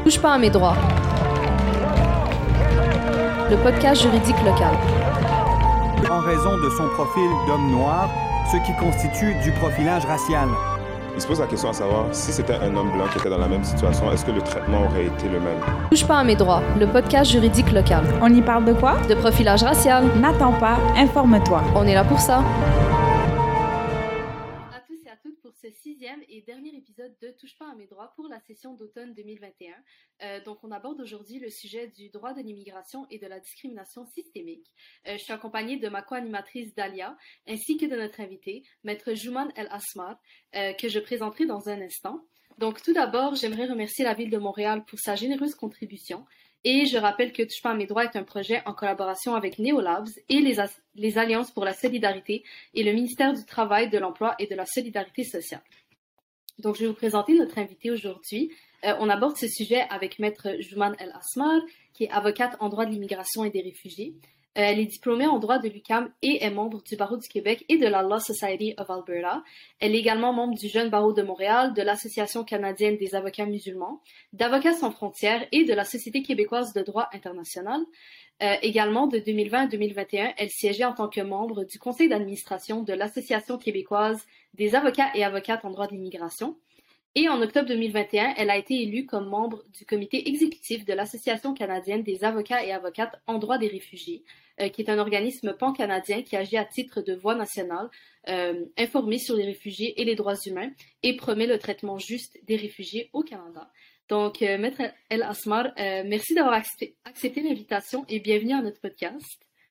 Touche pas à mes droits. Le podcast juridique local. En raison de son profil d'homme noir, ce qui constitue du profilage racial. Il se pose la question à savoir, si c'était un homme blanc qui était dans la même situation, est-ce que le traitement aurait été le même? Touche pas à mes droits. Le podcast juridique local. On y parle de quoi? De profilage racial. N'attends pas, informe-toi. On est là pour ça. À tous et à toutes pour ce 6e et dernier épisode de Touche pas à mes droits pour la session d'automne 2021. Donc on aborde aujourd'hui le sujet du droit de l'immigration et de la discrimination systémique. Je suis accompagnée de ma co-animatrice Dalia ainsi que de notre invité, Maître Jouman El Asmar, que je présenterai dans un instant. Donc tout d'abord, j'aimerais remercier la Ville de Montréal pour sa généreuse contribution. Et je rappelle que Touche pas à mes droits est un projet en collaboration avec Neolabs et les Alliances pour la solidarité et le ministère du Travail, de l'Emploi et de la Solidarité sociale. Donc, je vais vous présenter notre invité aujourd'hui. On aborde ce sujet avec Maître Jouman El Asmar, qui est avocate en droit de l'immigration et des réfugiés. Elle est diplômée en droit de l'UQAM et est membre du Barreau du Québec et de la Law Society of Alberta. Elle est également membre du Jeune Barreau de Montréal, de l'Association canadienne des avocats musulmans, d'Avocats sans frontières et de la Société québécoise de droit international. Également, de 2020 à 2021, elle siégeait en tant que membre du conseil d'administration de l'Association québécoise des avocats et avocates en droit de l'immigration. Et en octobre 2021, elle a été élue comme membre du comité exécutif de l'Association canadienne des avocats et avocates en droit des réfugiés, qui est un organisme pan-canadien qui agit à titre de voix nationale, informé sur les réfugiés et les droits humains et promet le traitement juste des réfugiés au Canada. Donc, Maître El Asmar, merci d'avoir accepté l'invitation et bienvenue à notre podcast.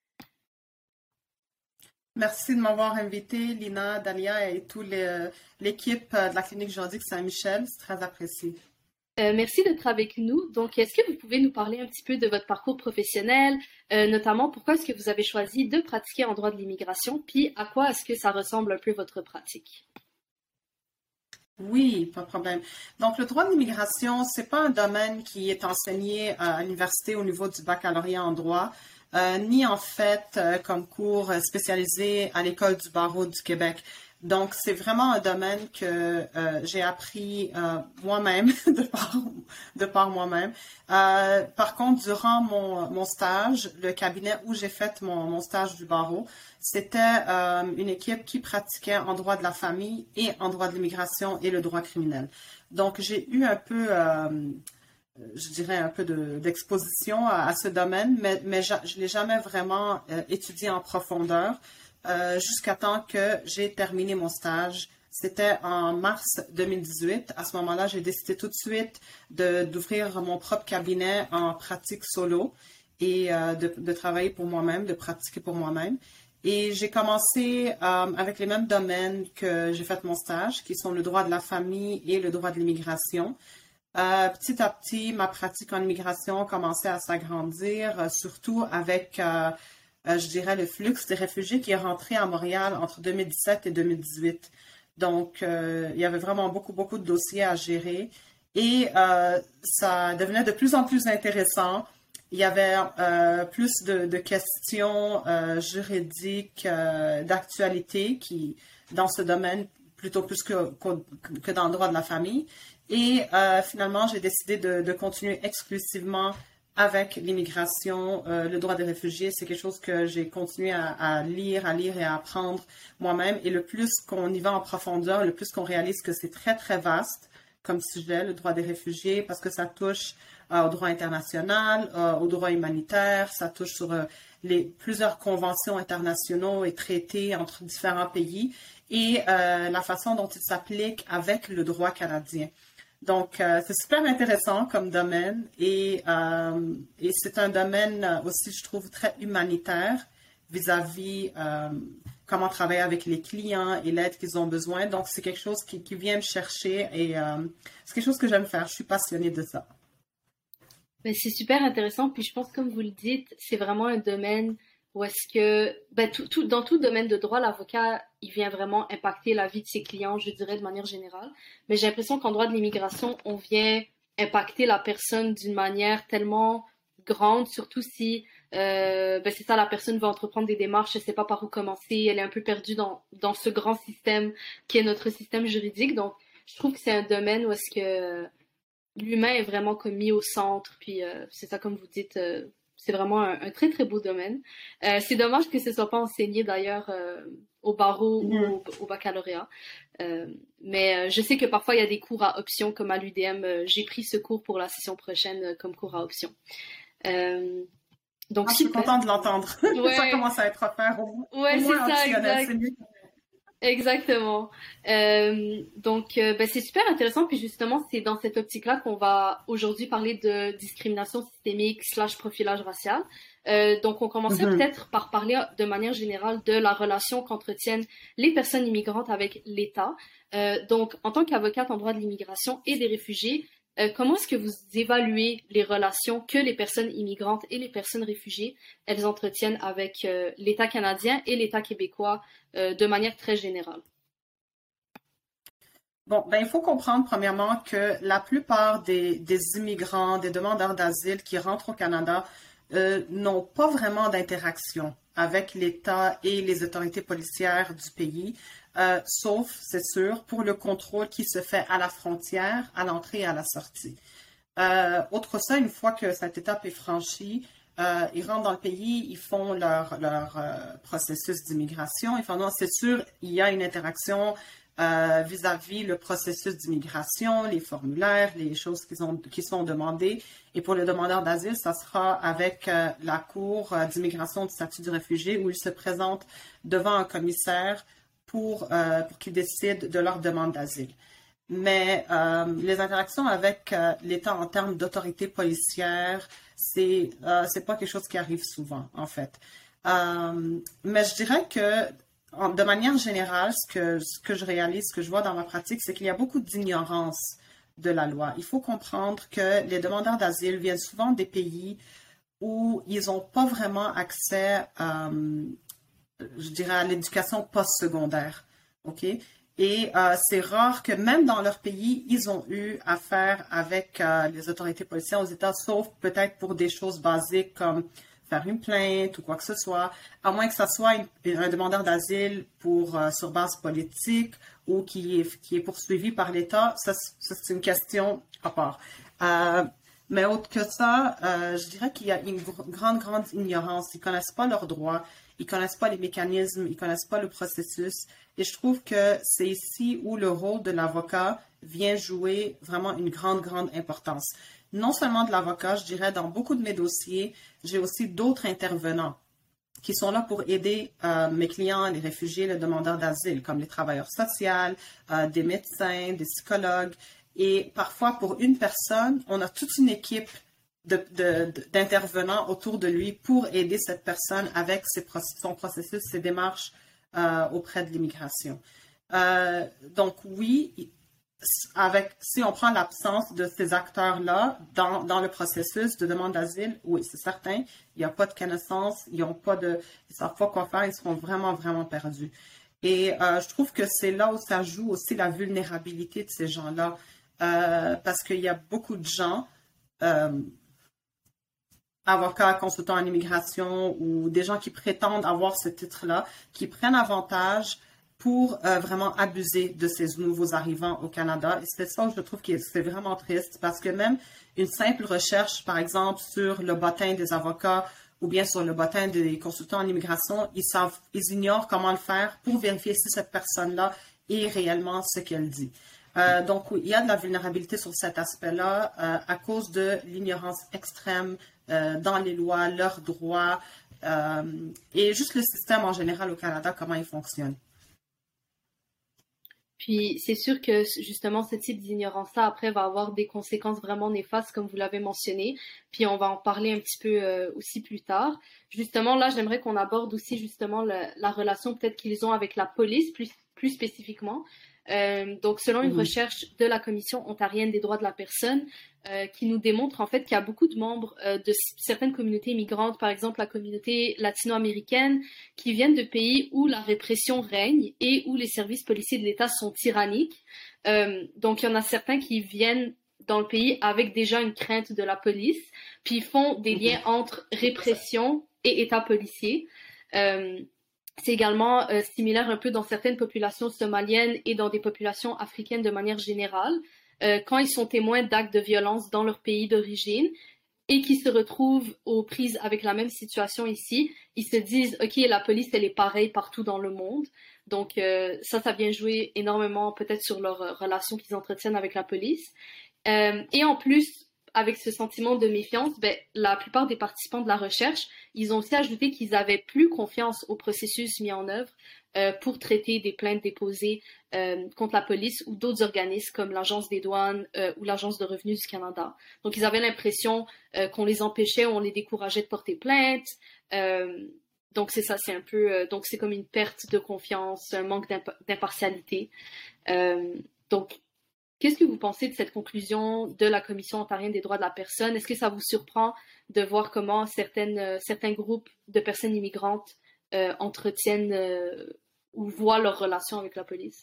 Merci de m'avoir invité, Lina, Dalia et toute l'équipe de la clinique juridique Saint-Michel. C'est très apprécié. Merci d'être avec nous. Donc, est-ce que vous pouvez nous parler un petit peu de votre parcours professionnel, notamment pourquoi est-ce que vous avez choisi de pratiquer en droit de l'immigration, puis à quoi est-ce que ça ressemble un peu votre pratique? Oui, pas de problème. Donc, le droit de l'immigration, c'est pas un domaine qui est enseigné à l'université au niveau du baccalauréat en droit. Ni en fait comme cours spécialisé à l'École du barreau du Québec. Donc, c'est vraiment un domaine que j'ai appris moi-même, de par moi-même. Par contre, durant mon stage, le cabinet où j'ai fait mon stage du barreau, c'était une équipe qui pratiquait en droit de la famille et en droit de l'immigration et le droit criminel. Donc, j'ai eu un peu... je dirais un peu d'exposition à ce domaine, mais je ne l'ai jamais vraiment étudié en profondeur jusqu'à temps que j'ai terminé mon stage. C'était en mars 2018. À ce moment-là, j'ai décidé tout de suite d'ouvrir mon propre cabinet en pratique solo et de travailler pour moi-même, de pratiquer pour moi-même. Et j'ai commencé avec les mêmes domaines que j'ai fait mon stage, qui sont le droit de la famille et le droit de l'immigration. Petit à petit, ma pratique en immigration commençait à s'agrandir, surtout avec, je dirais, le flux des réfugiés qui est rentré à Montréal entre 2017 et 2018. Donc, il y avait vraiment beaucoup de dossiers à gérer et ça devenait de plus en plus intéressant. Il y avait plus de questions juridiques, d'actualité qui, dans ce domaine, plutôt plus que dans le droit de la famille. Et finalement, j'ai décidé de continuer exclusivement avec l'immigration. Le droit des réfugiés, c'est quelque chose que j'ai continué à lire et à apprendre moi-même. Et le plus qu'on y va en profondeur, le plus qu'on réalise que c'est très, très vaste comme sujet, le droit des réfugiés, parce que ça touche au droit international, au droit humanitaire, ça touche sur plusieurs conventions internationaux et traités entre différents pays et la façon dont ils s'appliquent avec le droit canadien. Donc, c'est super intéressant comme domaine et c'est un domaine aussi, je trouve, très humanitaire vis-à-vis comment travailler avec les clients et l'aide qu'ils ont besoin. Donc, c'est quelque chose qui vient me chercher et c'est quelque chose que j'aime faire. Je suis passionnée de ça. Ben, c'est super intéressant. Puis je pense, comme vous le dites, c'est vraiment un domaine où est-ce que, dans tout domaine de droit, l'avocat, il vient vraiment impacter la vie de ses clients, je dirais, de manière générale. Mais j'ai l'impression qu'en droit de l'immigration, on vient impacter la personne d'une manière tellement grande, surtout si, c'est ça, la personne va entreprendre des démarches, elle ne sait pas par où commencer, elle est un peu perdue dans ce grand système qui est notre système juridique. Donc, je trouve que c'est un domaine où est-ce que l'humain est vraiment comme mis au centre, puis c'est ça, comme vous dites, c'est vraiment un très très beau domaine. C'est dommage que ce soit pas enseigné d'ailleurs au barreau ou au baccalauréat. Mais je sais que parfois il y a des cours à option, comme à l'UDM. J'ai pris ce cours pour la session prochaine comme cours à option. Donc je suis contente de l'entendre. Ouais. Ça commence à être offert au moins c'est ça, optionnel. exact. Exactement. Donc, c'est super intéressant. Puis justement, c'est dans cette optique-là qu'on va aujourd'hui parler de discrimination systémique / profilage racial. Donc, on commencerait peut-être par parler de manière générale de la relation qu'entretiennent les personnes immigrantes avec l'État. Donc, en tant qu'avocate en droit de l'immigration et des réfugiés, comment est-ce que vous évaluez les relations que les personnes immigrantes et les personnes réfugiées, elles entretiennent avec l'État canadien et l'État québécois de manière très générale? Bon, il faut comprendre premièrement que la plupart des immigrants, des demandeurs d'asile qui rentrent au Canada n'ont pas vraiment d'interaction avec l'État et les autorités policières du pays. Sauf, c'est sûr, pour le contrôle qui se fait à la frontière, à l'entrée et à la sortie. Autre ça, une fois que cette étape est franchie, ils rentrent dans le pays, ils font leur processus d'immigration. Enfin, non, c'est sûr, il y a une interaction vis-à-vis le processus d'immigration, les formulaires, les choses qui sont demandées. Et pour les demandeurs d'asile, ça sera avec la Cour d'immigration du statut du réfugié où ils se présentent devant un commissaire pour qu'ils décident de leur demande d'asile. Mais les interactions avec l'État en termes d'autorité policière, c'est pas quelque chose qui arrive souvent, en fait. Mais je dirais que, de manière générale, ce que je réalise, ce que je vois dans ma pratique, c'est qu'il y a beaucoup d'ignorance de la loi. Il faut comprendre que les demandeurs d'asile viennent souvent des pays où ils n'ont pas vraiment accès je dirais, à l'éducation postsecondaire. OK? Et c'est rare que même dans leur pays, ils ont eu affaire avec les autorités policières aux États, sauf peut-être pour des choses basiques comme faire une plainte ou quoi que ce soit, à moins que ça soit un demandeur d'asile sur base politique ou qui est poursuivi par l'État. Ça, c'est une question à part. Mais autre que ça, je dirais qu'il y a une grande ignorance. Ils ne connaissent pas leurs droits. Ils connaissent pas les mécanismes, ils connaissent pas le processus. Et je trouve que c'est ici où le rôle de l'avocat vient jouer vraiment une grande importance. Non seulement de l'avocat, je dirais, dans beaucoup de mes dossiers, j'ai aussi d'autres intervenants qui sont là pour aider mes clients, les réfugiés, les demandeurs d'asile, comme les travailleurs sociaux, des médecins, des psychologues. Et parfois, pour une personne, on a toute une équipe d'intervenants autour de lui pour aider cette personne avec son processus, ses démarches auprès de l'immigration. Donc oui, si on prend l'absence de ces acteurs-là dans le processus de demande d'asile, oui, c'est certain, il n'y a pas de connaissances, ils ne savent pas quoi faire, ils seront vraiment perdus. Et je trouve que c'est là où ça joue aussi la vulnérabilité de ces gens-là, parce qu'il y a beaucoup de gens avocats, consultants en immigration ou des gens qui prétendent avoir ce titre-là, qui prennent avantage pour vraiment abuser de ces nouveaux arrivants au Canada. Et c'est ça où je trouve que c'est vraiment triste parce que même une simple recherche, par exemple, sur le bottin des avocats ou bien sur le bottin des consultants en immigration, ils ignorent comment le faire pour vérifier si cette personne-là est réellement ce qu'elle dit. Donc, oui, il y a de la vulnérabilité sur cet aspect-là à cause de l'ignorance extrême dans les lois, leurs droits et juste le système en général au Canada, comment il fonctionne. Puis c'est sûr que justement ce type d'ignorance-là après va avoir des conséquences vraiment néfastes comme vous l'avez mentionné. Puis on va en parler un petit peu aussi plus tard. Justement là, j'aimerais qu'on aborde aussi justement la relation peut-être qu'ils ont avec la police plus spécifiquement. Donc, selon une recherche de la Commission ontarienne des droits de la personne, qui nous démontre en fait qu'il y a beaucoup de membres de certaines communautés immigrantes, par exemple la communauté latino-américaine, qui viennent de pays où la répression règne et où les services policiers de l'État sont tyranniques. Donc, il y en a certains qui viennent dans le pays avec déjà une crainte de la police, puis ils font des liens entre répression et État policier. C'est également similaire un peu dans certaines populations somaliennes et dans des populations africaines de manière générale. quand ils sont témoins d'actes de violence dans leur pays d'origine et qui se retrouvent aux prises avec la même situation ici, ils se disent, OK, la police, elle est pareille partout dans le monde. Donc, ça vient jouer énormément peut-être sur leur relation qu'ils entretiennent avec la police. Et en plus, avec ce sentiment de méfiance, ben, la plupart des participants de la recherche, ils ont aussi ajouté qu'ils avaient plus confiance au processus mis en œuvre pour traiter des plaintes déposées contre la police ou d'autres organismes comme l'Agence des douanes ou l'Agence de revenus du Canada. Donc, ils avaient l'impression qu'on les empêchait ou on les décourageait de porter plainte. Donc, c'est ça, c'est un peu... donc, c'est comme une perte de confiance, un manque d'impartialité. Donc, qu'est-ce que vous pensez de cette conclusion de la Commission ontarienne des droits de la personne? Est-ce que ça vous surprend de voir comment certains groupes de personnes immigrantes entretiennent ou voient leurs relations avec la police?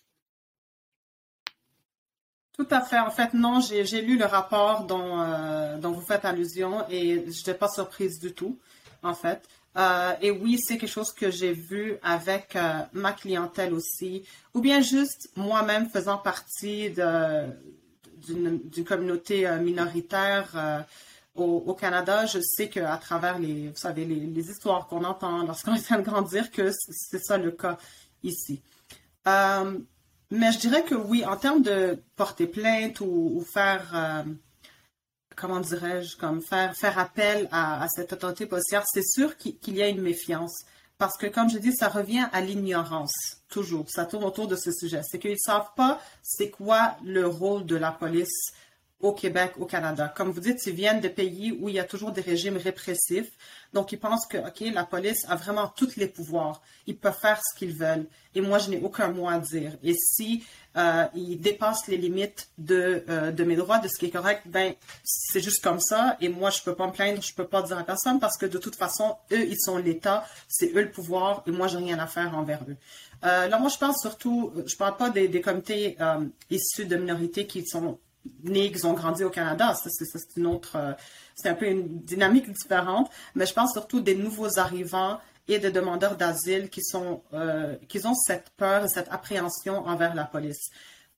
Tout à fait. En fait, non, j'ai lu le rapport dont vous faites allusion et je n'étais pas surprise du tout, en fait. Et oui, c'est quelque chose que j'ai vu avec ma clientèle aussi, ou bien juste moi-même faisant partie d'une communauté minoritaire au Canada. Je sais qu'à travers vous savez, les histoires qu'on entend lorsqu'on est en train de grandir, que c'est ça le cas ici. Mais je dirais que oui, en termes de porter plainte ou faire... comment dirais-je, comme faire appel à cette autorité policière, c'est sûr qu'il y a une méfiance. Parce que, comme je dis, ça revient à l'ignorance, toujours. Ça tourne autour de ce sujet. C'est qu'ils ne savent pas c'est quoi le rôle de la police au Québec, au Canada. Comme vous dites, ils viennent de pays où il y a toujours des régimes répressifs. Donc, ils pensent que, OK, la police a vraiment tous les pouvoirs. Ils peuvent faire ce qu'ils veulent. Et moi, je n'ai aucun mot à dire. Et si ils dépassent les limites de mes droits, de ce qui est correct, ben, c'est juste comme ça. Et moi, je peux pas me plaindre, je peux pas dire à personne parce que de toute façon, eux, ils sont l'État. C'est eux le pouvoir et moi, j'ai rien à faire envers eux. Là, moi, je pense surtout, je parle pas des comités issus de minorités qui sont nés, qui ont grandi au Canada. C'est une autre, c'est un peu une dynamique différente, mais je pense surtout des nouveaux arrivants et des demandeurs d'asile qui ont cette peur, cette appréhension envers la police.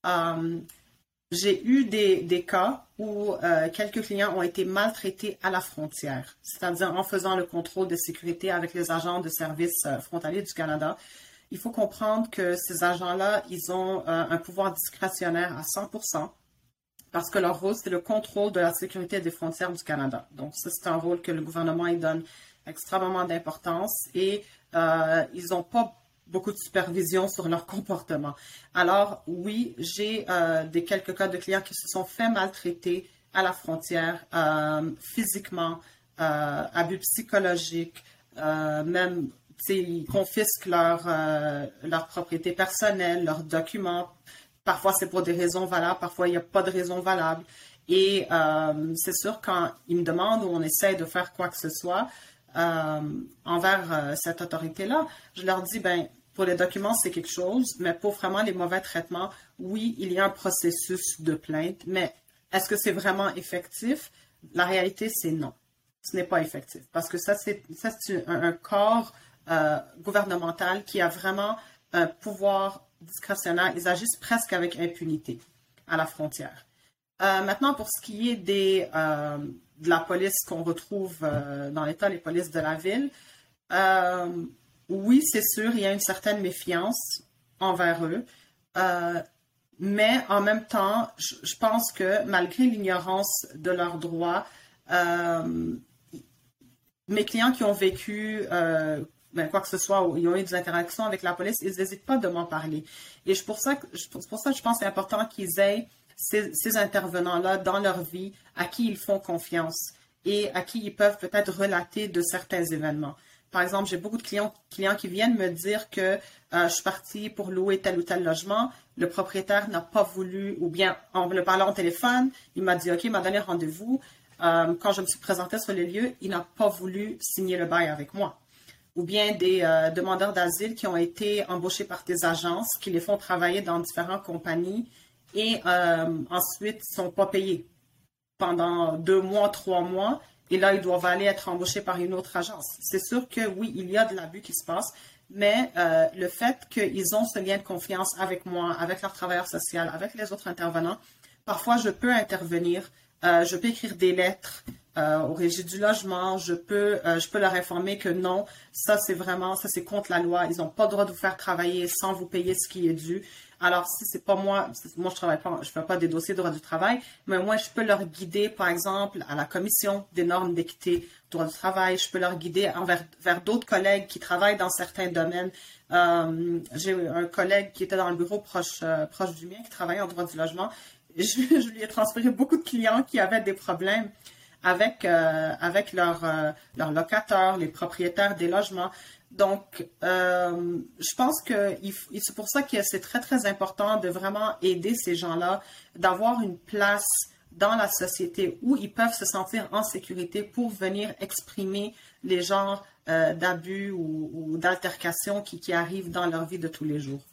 J'ai eu des cas où quelques clients ont été maltraités à la frontière, c'est-à-dire en faisant le contrôle de sécurité avec les agents de services frontaliers du Canada. Il faut comprendre que ces agents-là, ils ont un pouvoir discrétionnaire à 100%. Parce que leur rôle, c'est le contrôle de la sécurité des frontières du Canada. Donc, ça, c'est un rôle que le gouvernement y donne extrêmement d'importance et ils n'ont pas beaucoup de supervision sur leur comportement. Alors, oui, j'ai quelques cas de clients qui se sont fait maltraiter à la frontière, physiquement, abus psychologiques, même, ils confisquent leur propriété personnelle, leurs documents. Parfois, c'est pour des raisons valables, parfois, il n'y a pas de raison valable. Et c'est sûr, quand ils me demandent ou on essaie de faire quoi que ce soit envers cette autorité-là, je leur dis, ben, pour les documents, c'est quelque chose, mais pour vraiment les mauvais traitements, oui, il y a un processus de plainte, mais est-ce que c'est vraiment effectif? La réalité, c'est non. Ce n'est pas effectif parce que ça, c'est un corps gouvernemental qui a vraiment un pouvoir discrétionnaire. Ils agissent presque avec impunité à la frontière. Maintenant, pour ce qui est de la police qu'on retrouve dans l'État, les polices de la ville, oui, c'est sûr, il y a une certaine méfiance envers eux, mais en même temps, je pense que malgré l'ignorance de leurs droits, mes clients qui ont vécu quoi que ce soit, ils ont eu des interactions avec la police, ils n'hésitent pas de m'en parler. Et c'est pour ça que je pense que c'est important qu'ils aient ces intervenants-là dans leur vie, à qui ils font confiance et à qui ils peuvent peut-être relater de certains événements. Par exemple, j'ai beaucoup de clients qui viennent me dire que je suis partie pour louer tel ou tel logement, le propriétaire n'a pas voulu, ou bien en le parlant au téléphone, il m'a dit « OK, il m'a donné rendez-vous ». Quand je me suis présentée sur les lieux, il n'a pas voulu signer le bail avec moi. Ou bien des demandeurs d'asile qui ont été embauchés par des agences qui les font travailler dans différentes compagnies et ensuite ils ne sont pas payés pendant 2 mois, 3 mois. Et là, ils doivent aller être embauchés par une autre agence. C'est sûr que oui, il y a de l'abus qui se passe, mais le fait qu'ils ont ce lien de confiance avec moi, avec leur travailleur social, avec les autres intervenants, parfois je peux intervenir, je peux écrire des lettres au Régie du logement, je peux leur informer que non, ça c'est contre la loi, ils n'ont pas le droit de vous faire travailler sans vous payer ce qui est dû. Alors, si c'est pas moi je travaille pas, je fais pas des dossiers de droit du travail, mais moi, je peux leur guider, par exemple, à la commission des normes d'équité droit du travail. Je peux leur guider vers d'autres collègues qui travaillent dans certains domaines. J'ai un collègue qui était dans le bureau proche du mien, qui travaillait en droit du logement. Je lui ai transféré beaucoup de clients qui avaient des problèmes avec leurs locataires, les propriétaires des logements. Donc, je pense que c'est pour ça que c'est très, très important de vraiment aider ces gens-là, d'avoir une place dans la société où ils peuvent se sentir en sécurité pour venir exprimer les genres d'abus ou d'altercations qui arrivent dans leur vie de tous les jours.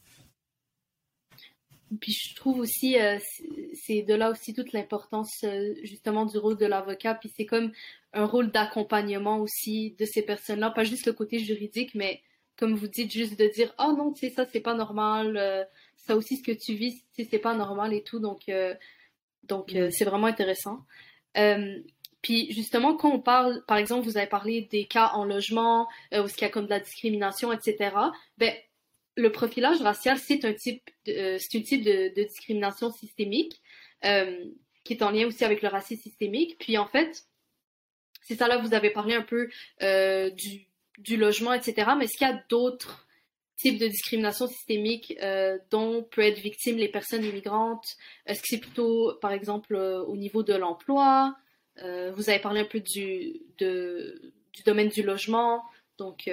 Puis je trouve aussi, c'est de là aussi toute l'importance justement du rôle de l'avocat, puis c'est comme un rôle d'accompagnement aussi de ces personnes-là, pas juste le côté juridique, mais comme vous dites, juste de dire « Oh non, tu sais, ça c'est pas normal, ça aussi ce que tu vis, tu sais, c'est pas normal et tout », donc c'est vraiment intéressant. Puis justement, quand on parle, par exemple, vous avez parlé des cas en logement, où il y a comme de la discrimination, etc., ben le profilage racial, c'est un type de discrimination systémique qui est en lien aussi avec le racisme systémique. Puis en fait, c'est ça là, vous avez parlé un peu du logement, etc. Mais est-ce qu'il y a d'autres types de discrimination systémique dont peuvent être victimes les personnes immigrantes? Est-ce que c'est plutôt, par exemple, au niveau de l'emploi? Vous avez parlé un peu du domaine du logement, donc...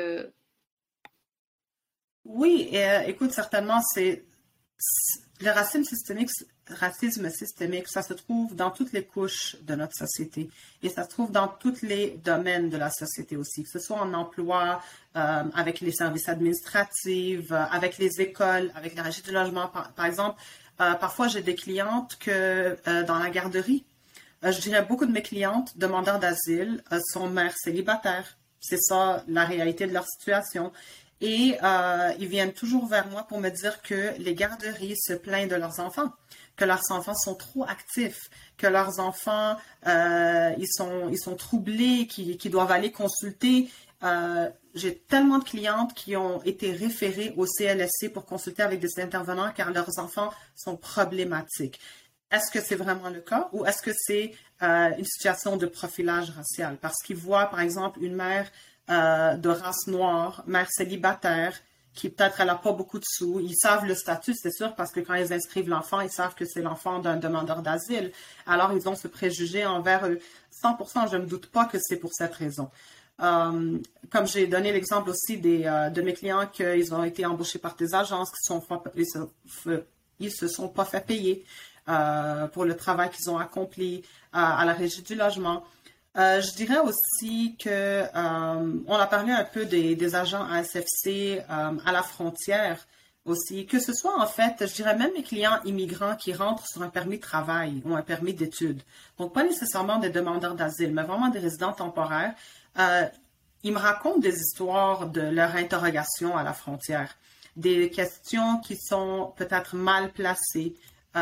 Oui, écoute, certainement, le racisme systémique, ça se trouve dans toutes les couches de notre société et ça se trouve dans tous les domaines de la société aussi, que ce soit en emploi, avec les services administratifs, avec les écoles, avec la régie du logement. Par exemple, parfois j'ai des clientes que dans la garderie, je dirais beaucoup de mes clientes demandeurs d'asile sont mères célibataires. C'est ça la réalité de leur situation. Et ils viennent toujours vers moi pour me dire que les garderies se plaignent de leurs enfants, que leurs enfants sont trop actifs, que leurs enfants, ils sont troublés, qui doivent aller consulter. J'ai tellement de clientes qui ont été référées au CLSC pour consulter avec des intervenants car leurs enfants sont problématiques. Est-ce que c'est vraiment le cas ou est-ce que c'est une situation de profilage racial? Parce qu'ils voient, par exemple, une mère de race noire, mère célibataire, qui peut-être elle n'a pas beaucoup de sous. Ils savent le statut, c'est sûr, parce que quand ils inscrivent l'enfant, ils savent que c'est l'enfant d'un demandeur d'asile. Alors, ils ont ce préjugé envers eux. 100%, je ne doute pas que c'est pour cette raison. Comme j'ai donné l'exemple aussi de mes clients qu'ils ont été embauchés par des agences ils se sont pas fait payer pour le travail qu'ils ont accompli à la régie du logement. Je dirais aussi que on a parlé un peu des agents ASFC à la frontière aussi, que ce soit en fait, je dirais même mes clients immigrants qui rentrent sur un permis de travail ou un permis d'études. Donc pas nécessairement des demandeurs d'asile, mais vraiment des résidents temporaires. Ils me racontent des histoires de leur interrogation à la frontière, des questions qui sont peut-être mal placées.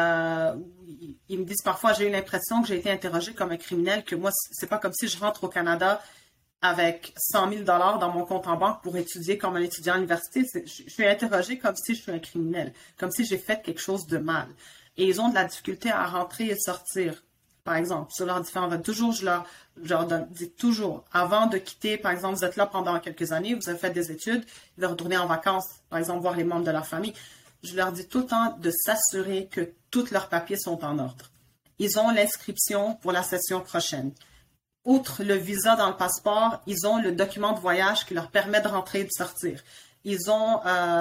Ils me disent parfois, j'ai eu l'impression que j'ai été interrogée comme un criminel, que moi, c'est pas comme si je rentre au Canada avec 100 000 $ dans mon compte en banque pour étudier comme un étudiant à l'université. Je suis interrogée comme si je suis un criminel, comme si j'ai fait quelque chose de mal. Et ils ont de la difficulté à rentrer et sortir, par exemple, sur leurs différents votes. Toujours, je leur dis toujours, avant de quitter, par exemple, vous êtes là pendant quelques années, vous avez fait des études, vous allez retourner en vacances, par exemple, voir les membres de leur famille. Je leur dis tout le temps de s'assurer que tous leurs papiers sont en ordre. Ils ont l'inscription pour la session prochaine. Outre le visa dans le passeport, ils ont le document de voyage qui leur permet de rentrer et de sortir. Ils ont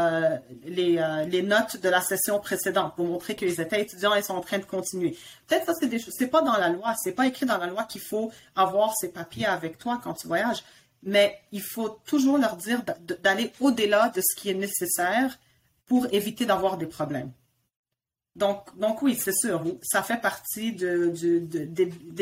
les notes de la session précédente pour montrer qu'ils étaient étudiants et sont en train de continuer. Peut-être ça, c'est des choses. C'est pas dans la loi. C'est pas écrit dans la loi qu'il faut avoir ces papiers avec toi quand tu voyages. Mais il faut toujours leur dire d'aller au-delà de ce qui est nécessaire pour éviter d'avoir des problèmes. Donc oui, c'est sûr, ça fait partie d'une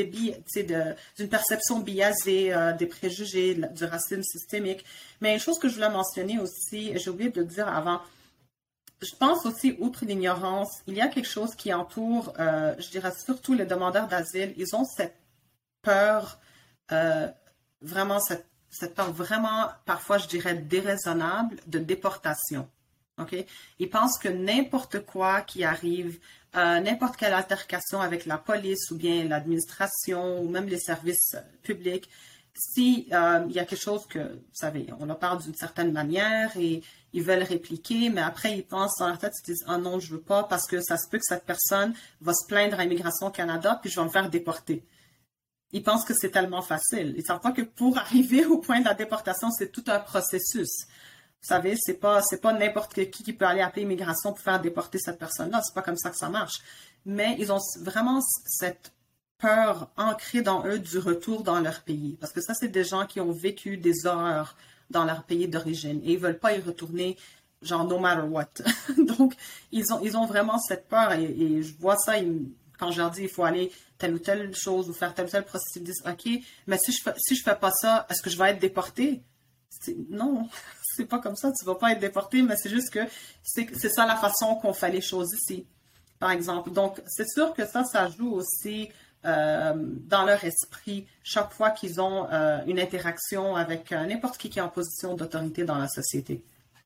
perception biaisée, des préjugés, du racisme systémique. Mais une chose que je voulais mentionner aussi, et j'ai oublié de le dire avant, je pense aussi, outre l'ignorance, il y a quelque chose qui entoure, je dirais surtout les demandeurs d'asile. Ils ont cette peur, vraiment, cette peur vraiment, parfois, je dirais, déraisonnable de déportation. OK? Ils pensent que n'importe quoi qui arrive, n'importe quelle altercation avec la police ou bien l'administration ou même les services publics, si il y a quelque chose que, vous savez, on leur parle d'une certaine manière et ils veulent répliquer, mais après ils pensent dans leur tête, ils disent « Ah non, je veux pas parce que ça se peut que cette personne va se plaindre à Immigration Canada puis je vais me faire déporter. » Ils pensent que c'est tellement facile. Ils ne savent pas que pour arriver au point de la déportation, c'est tout un processus. Vous savez, c'est pas n'importe qui peut aller appeler Immigration pour faire déporter cette personne-là. C'est pas comme ça que ça marche. Mais ils ont vraiment cette peur ancrée dans eux du retour dans leur pays. Parce que ça, c'est des gens qui ont vécu des horreurs dans leur pays d'origine et ils veulent pas y retourner, genre no matter what. Donc, ils ont vraiment cette peur et je vois ça quand je leur dis il faut aller telle ou telle chose ou faire tel ou tel processus, ils disent OK, mais si je fais pas ça, est-ce que je vais être déporté? Non, c'est pas comme ça, tu vas pas être déporté, mais c'est juste que c'est ça la façon qu'on fait les choses ici, par exemple. Donc, c'est sûr que ça joue aussi dans leur esprit chaque fois qu'ils ont une interaction avec n'importe qui est en position d'autorité dans la société.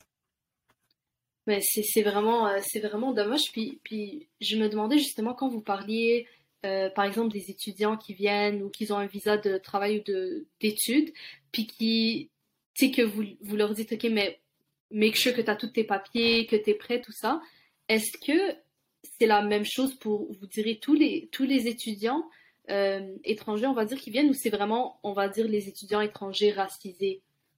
Mais c'est vraiment dommage. Puis je me demandais justement quand vous parliez, par exemple, des étudiants qui viennent ou qui ont un visa de travail ou d'études, puis qui, tu sais, que vous leur dites, OK, mais make sure que tu as tous tes papiers, que tu es prêt, tout ça. Est-ce que c'est la même chose pour, vous direz, tous les étudiants étrangers, on va dire, qui viennent, ou c'est vraiment, on va dire, les étudiants étrangers racisés?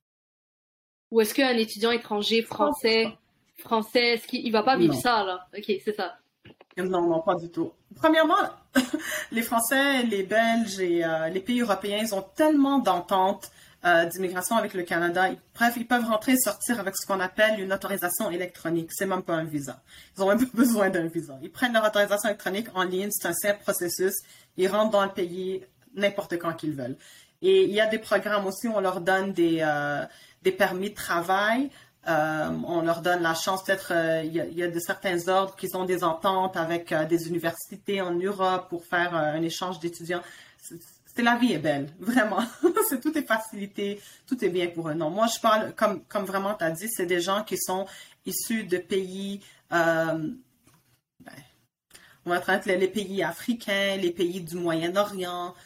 Ou est-ce qu'un étudiant étranger français, est-ce qu'il va pas vivre ça, là? OK, c'est ça. Non, pas du tout. Premièrement, les Français, les Belges et les pays européens, ils ont tellement d'ententes d'immigration avec le Canada. Bref, ils peuvent rentrer et sortir avec ce qu'on appelle une autorisation électronique. C'est même pas un visa. Ils ont même pas besoin d'un visa. Ils prennent leur autorisation électronique en ligne. C'est un simple processus. Ils rentrent dans le pays n'importe quand qu'ils veulent. Et il y a des programmes aussi où on leur donne des permis de travail. On leur donne la chance, peut-être, il y a de certains ordres qui ont des ententes avec des universités en Europe pour faire un échange d'étudiants. La vie est belle, vraiment. Tout est facilité, tout est bien pour eux. Non, moi, je parle, comme vraiment tu as dit, c'est des gens qui sont issus de pays, on va être les pays africains, les pays du Moyen-Orient,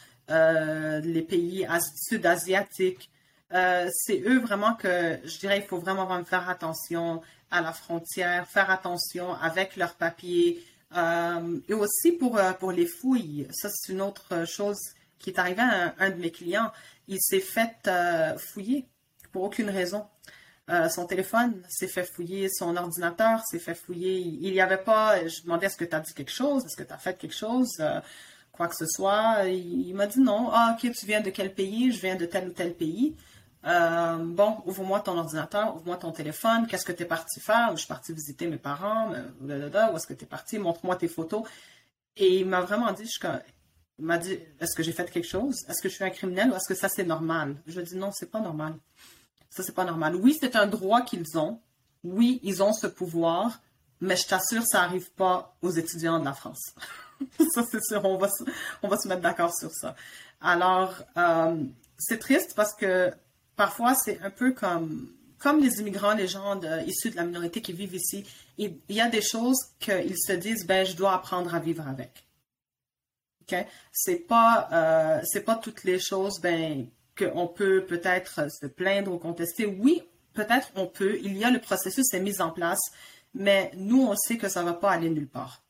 les pays sud-asiatiques. C'est eux vraiment que, je dirais, il faut vraiment faire attention à la frontière, faire attention avec leurs papiers. Et aussi pour les fouilles. Ça, c'est une autre chose qui est arrivé à un de mes clients. Il s'est fait fouiller pour aucune raison. Son téléphone s'est fait fouiller, son ordinateur s'est fait fouiller. Il n'y avait pas... Je demandais, est-ce que tu as dit quelque chose? Est-ce que tu as fait quelque chose? Quoi que ce soit. Il m'a dit non. Ah, OK, tu viens de quel pays? Je viens de tel ou tel pays. Bon, ouvre-moi ton ordinateur, ouvre-moi ton téléphone. Qu'est-ce que tu es parti faire? Je suis parti visiter mes parents. Où est-ce que tu es parti? Montre-moi tes photos. Et il m'a vraiment dit... Il m'a dit, est-ce que j'ai fait quelque chose? Est-ce que je suis un criminel ou est-ce que ça, c'est normal? Je lui ai dit, non, c'est pas normal. Ça, c'est pas normal. Oui, c'est un droit qu'ils ont. Oui, ils ont ce pouvoir, mais je t'assure, ça n'arrive pas aux étudiants de la France. Ça, c'est sûr, on va se mettre d'accord sur ça. Alors, c'est triste parce que parfois, c'est un peu comme les immigrants, les gens issus de la minorité qui vivent ici. Il y a des choses qu'ils se disent, je dois apprendre à vivre avec. Okay? C'est pas toutes les choses qu'on peut peut-être se plaindre ou contester. Oui, peut-être on peut. Il y a le processus est mis en place, mais nous, on sait que ça va pas aller nulle part.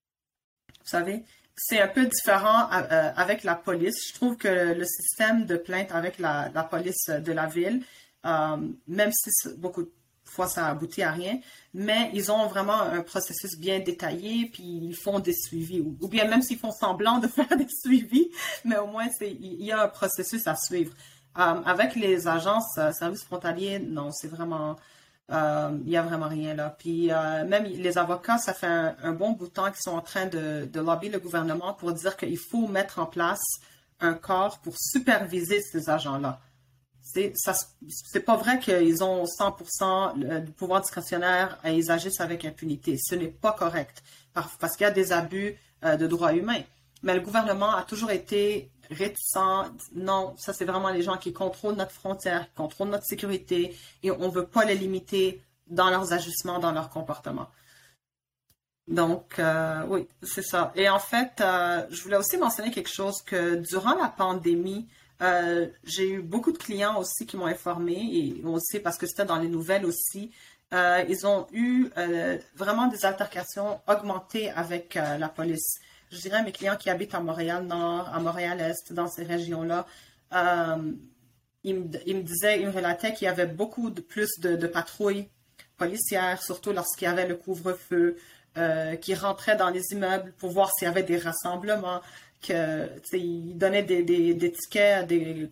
Vous savez, c'est un peu différent avec la police. Je trouve que le système de plainte avec la police de la ville, même si beaucoup de fois ça aboutit à rien, mais ils ont vraiment un processus bien détaillé, puis ils font des suivis, ou bien même s'ils font semblant de faire des suivis, mais au moins il y a un processus à suivre. Avec les agences services frontaliers, non, c'est vraiment, il n'y a vraiment rien là. Puis même les avocats, ça fait un bon bout de temps qu'ils sont en train de lobbyer le gouvernement pour dire qu'il faut mettre en place un corps pour superviser ces agents-là. C'est pas vrai qu'ils ont 100% du pouvoir discrétionnaire et ils agissent avec impunité. Ce n'est pas correct parce qu'il y a des abus de droits humains. Mais le gouvernement a toujours été réticent. Non, ça c'est vraiment les gens qui contrôlent notre frontière, qui contrôlent notre sécurité et on ne veut pas les limiter dans leurs agissements, dans leur comportement. Donc, oui, c'est ça. Et en fait, je voulais aussi mentionner quelque chose que durant la pandémie, j'ai eu beaucoup de clients aussi qui m'ont informé, et aussi parce que c'était dans les nouvelles aussi, ils ont eu vraiment des altercations augmentées avec la police. Je dirais mes clients qui habitent à Montréal-Nord, à Montréal-Est, dans ces régions-là, ils me relataient qu'il y avait beaucoup plus de patrouilles policières, surtout lorsqu'il y avait le couvre-feu, qui rentraient dans les immeubles pour voir s'il y avait des rassemblements, ils donnaient des tickets,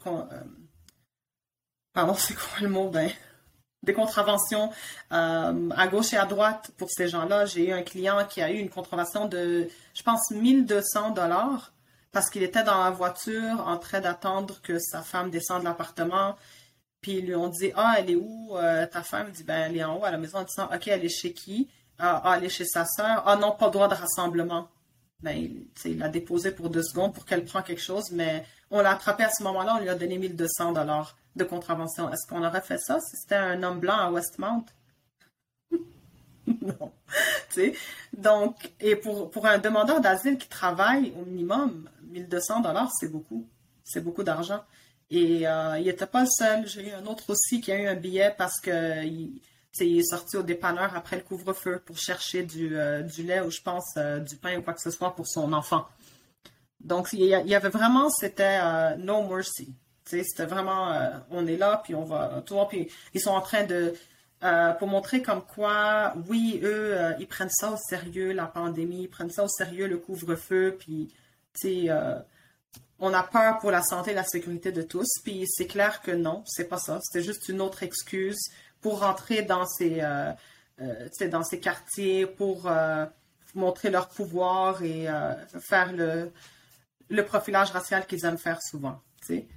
pardon, c'est quoi le mot? Des contraventions à gauche et à droite pour ces gens-là. J'ai eu un client qui a eu une contravention de, je pense, 1 200 $ parce qu'il était dans la voiture en train d'attendre que sa femme descende de l'appartement. Puis ils lui ont dit, « Ah, elle est où ta femme? » Il dit, « Ben, elle est en haut à la maison. » En disant, « OK, elle est chez qui? » Ah, elle est chez sa sœur. « Ah non, pas droit de rassemblement. » Ben, il l'a déposé pour 2 secondes pour qu'elle prenne quelque chose, mais on l'a attrapé à ce moment-là, on lui a donné 1 200 $ de contravention. Est-ce qu'on aurait fait ça si c'était un homme blanc à Westmount? Non. Donc, et pour un demandeur d'asile qui travaille au minimum, 1 200 $, c'est beaucoup. C'est beaucoup d'argent. Et il n'était pas le seul. J'ai eu un autre aussi qui a eu un billet parce que il est sorti au dépanneur après le couvre-feu pour chercher du lait ou je pense du pain ou quoi que ce soit pour son enfant. Donc, il y avait vraiment, c'était no mercy. C'était vraiment, on est là, puis on va tout voir. Puis ils sont en train de, pour montrer comme quoi, oui, eux, ils prennent ça au sérieux, la pandémie, ils prennent ça au sérieux, le couvre-feu, puis, on a peur pour la santé et la sécurité de tous. Puis c'est clair que non, c'est pas ça. C'était juste une autre excuse pour rentrer dans ces quartiers, pour montrer leur pouvoir et faire le profilage racial qu'ils aiment faire souvent. T'sais.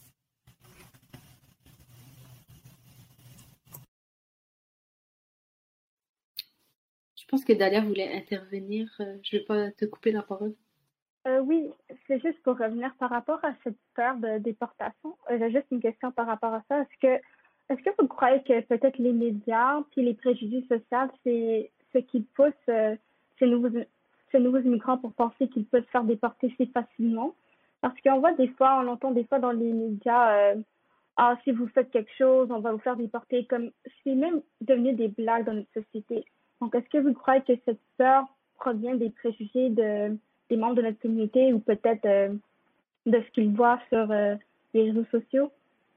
Je pense que Dalia voulait intervenir. Je ne vais pas te couper la parole. Oui, c'est juste pour revenir par rapport à cette peur de déportation. J'ai juste une question par rapport à ça. Est-ce que vous croyez que peut-être les médias puis les préjugés sociaux, c'est ce qui pousse ces nouveaux immigrants pour penser qu'ils peuvent se faire déporter si facilement? Parce qu'on on entend des fois dans les médias, ah, si vous faites quelque chose, on va vous faire déporter, comme c'est même devenu des blagues dans notre société. Donc, est-ce que vous croyez que cette peur provient des préjugés des membres de notre communauté ou peut-être de ce qu'ils voient sur les réseaux sociaux?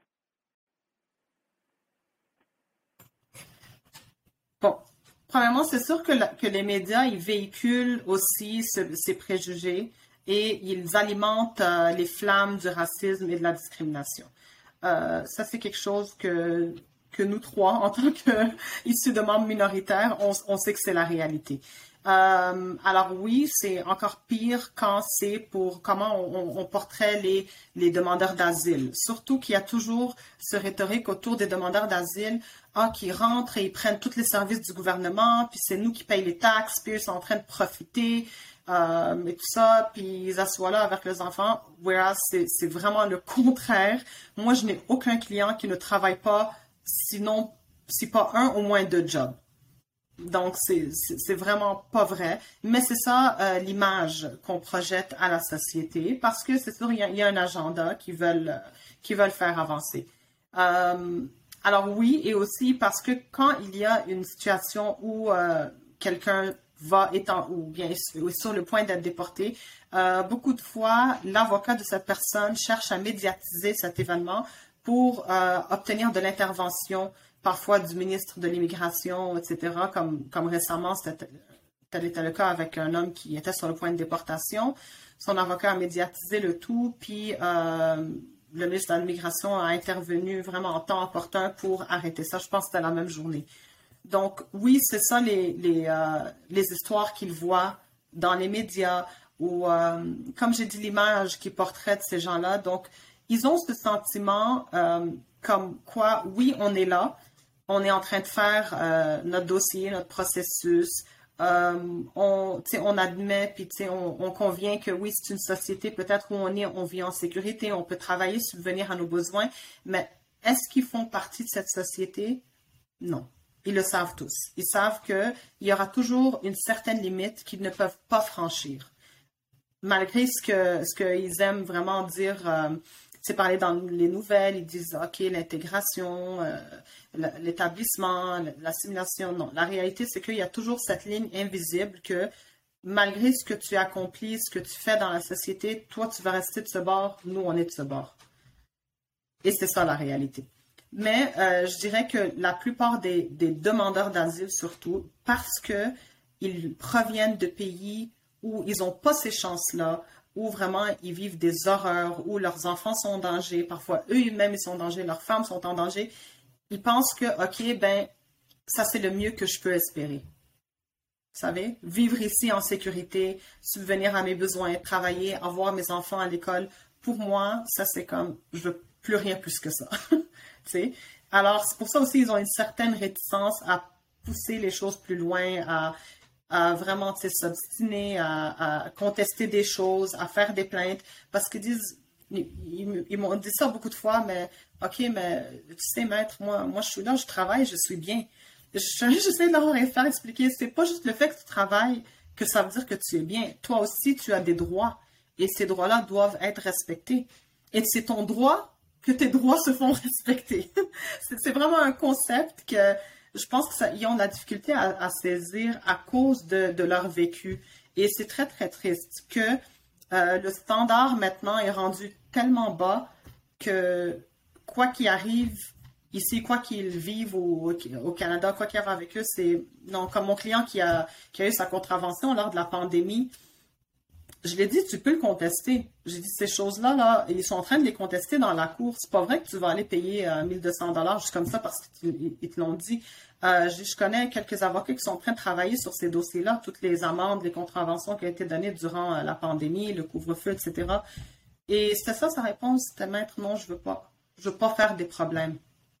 Bon, premièrement, c'est sûr que les médias, ils véhiculent aussi ces préjugés et ils alimentent les flammes du racisme et de la discrimination. Ça, c'est quelque chose que nous trois, en tant qu'issus de membres minoritaires, on sait que c'est la réalité. Alors oui, c'est encore pire quand c'est pour comment on porterait les demandeurs d'asile. Surtout qu'il y a toujours ce rhétorique autour des demandeurs d'asile, qui rentrent et ils prennent tous les services du gouvernement, puis c'est nous qui payons les taxes, puis ils sont en train de profiter, et tout ça, puis ils s'assoient là avec les enfants. Whereas c'est vraiment le contraire. Moi, je n'ai aucun client qui ne travaille pas, sinon, si pas un, au moins 2 jobs. Donc, c'est vraiment pas vrai. Mais c'est ça l'image qu'on projette à la société parce que c'est sûr, il y a un agenda qui veulent faire avancer. Alors oui, et aussi parce que quand il y a une situation où quelqu'un ou bien est sur le point d'être déporté, beaucoup de fois, l'avocat de cette personne cherche à médiatiser cet événement pour obtenir de l'intervention parfois du ministre de l'Immigration, etc., comme récemment, tel était le cas avec un homme qui était sur le point de déportation. Son avocat a médiatisé le tout, puis le ministre de l'Immigration a intervenu vraiment en temps opportun pour arrêter ça. Je pense que c'était la même journée. Donc, oui, c'est ça les histoires qu'il voit dans les médias ou, comme j'ai dit, l'image qu'il porterait de ces gens-là. Donc, ils ont ce sentiment comme quoi, oui, on est là, on est en train de faire notre dossier, notre processus. On admet, puis on convient que oui, c'est une société peut-être où on vit en sécurité, on peut travailler, subvenir à nos besoins, mais est-ce qu'ils font partie de cette société? Non. Ils le savent tous. Ils savent qu'il y aura toujours une certaine limite qu'ils ne peuvent pas franchir. Malgré ce qu'ils aiment vraiment dire, c'est parler dans les nouvelles, ils disent, OK, l'intégration, l'établissement, l'assimilation. Non, la réalité, c'est qu'il y a toujours cette ligne invisible que malgré ce que tu accomplis, ce que tu fais dans la société, toi, tu vas rester de ce bord, nous, on est de ce bord. Et c'est ça la réalité. Mais je dirais que la plupart des demandeurs d'asile, surtout, parce qu'ils proviennent de pays où ils n'ont pas ces chances-là, où vraiment ils vivent des horreurs, où leurs enfants sont en danger, parfois eux-mêmes ils sont en danger, leurs femmes sont en danger, ils pensent que, OK, ben, ça c'est le mieux que je peux espérer. Vous savez, vivre ici en sécurité, subvenir à mes besoins, travailler, avoir mes enfants à l'école, pour moi, ça c'est comme, je veux plus rien plus que ça. Alors, c'est pour ça aussi ils ont une certaine réticence à pousser les choses plus loin, à vraiment s'obstiner, à contester des choses, à faire des plaintes, parce qu'ils disent, ils m'ont dit ça beaucoup de fois, mais OK, mais tu sais, maître, moi je suis là, je travaille, je suis bien. J'essaie de leur faire expliquer, c'est pas juste le fait que tu travailles que ça veut dire que tu es bien. Toi aussi, tu as des droits, et ces droits-là doivent être respectés. Et c'est ton droit que tes droits se font respecter. C'est vraiment un concept que je pense qu'ils ont de la difficulté à saisir à cause de leur vécu. Et c'est très, très triste que le standard maintenant est rendu tellement bas que quoi qu'il arrive ici, quoi qu'ils vivent au Canada, quoi qu'il arrive avec eux, c'est... Non, comme mon client qui a eu sa contravention lors de la pandémie, je l'ai dit, tu peux le contester. J'ai dit, ces choses-là, là, ils sont en train de les contester dans la cour. C'est pas vrai que tu vas aller payer 1200 $ juste comme ça parce qu'ils te l'ont dit. Je connais quelques avocats qui sont en train de travailler sur ces dossiers-là, toutes les amendes, les contraventions qui ont été données durant la pandémie, le couvre-feu, etc. Et c'était ça, sa réponse, c'était, maître, non, je veux pas. Je veux pas faire des problèmes.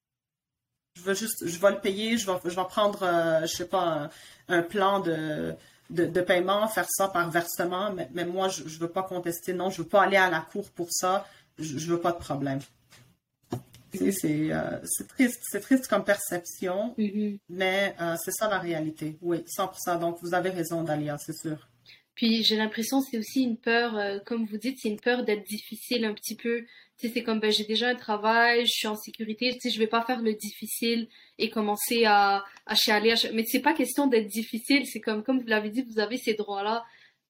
Je vais le payer, je vais prendre, je sais pas, un plan de paiement, faire ça par versement, mais moi, je veux pas contester, non, je veux pas aller à la cour pour ça, je veux pas de problème. C'est triste comme perception, mais c'est ça la réalité. Oui, 100%. Donc, vous avez raison, Dalia, c'est sûr. Puis j'ai l'impression que c'est aussi une peur, comme vous dites, c'est une peur d'être difficile un petit peu. Tu sais, c'est comme, ben, j'ai déjà un travail, je suis en sécurité, tu sais, je vais pas faire le difficile et commencer à chialer. Mais c'est pas question d'être difficile, c'est comme vous l'avez dit, vous avez ces droits-là.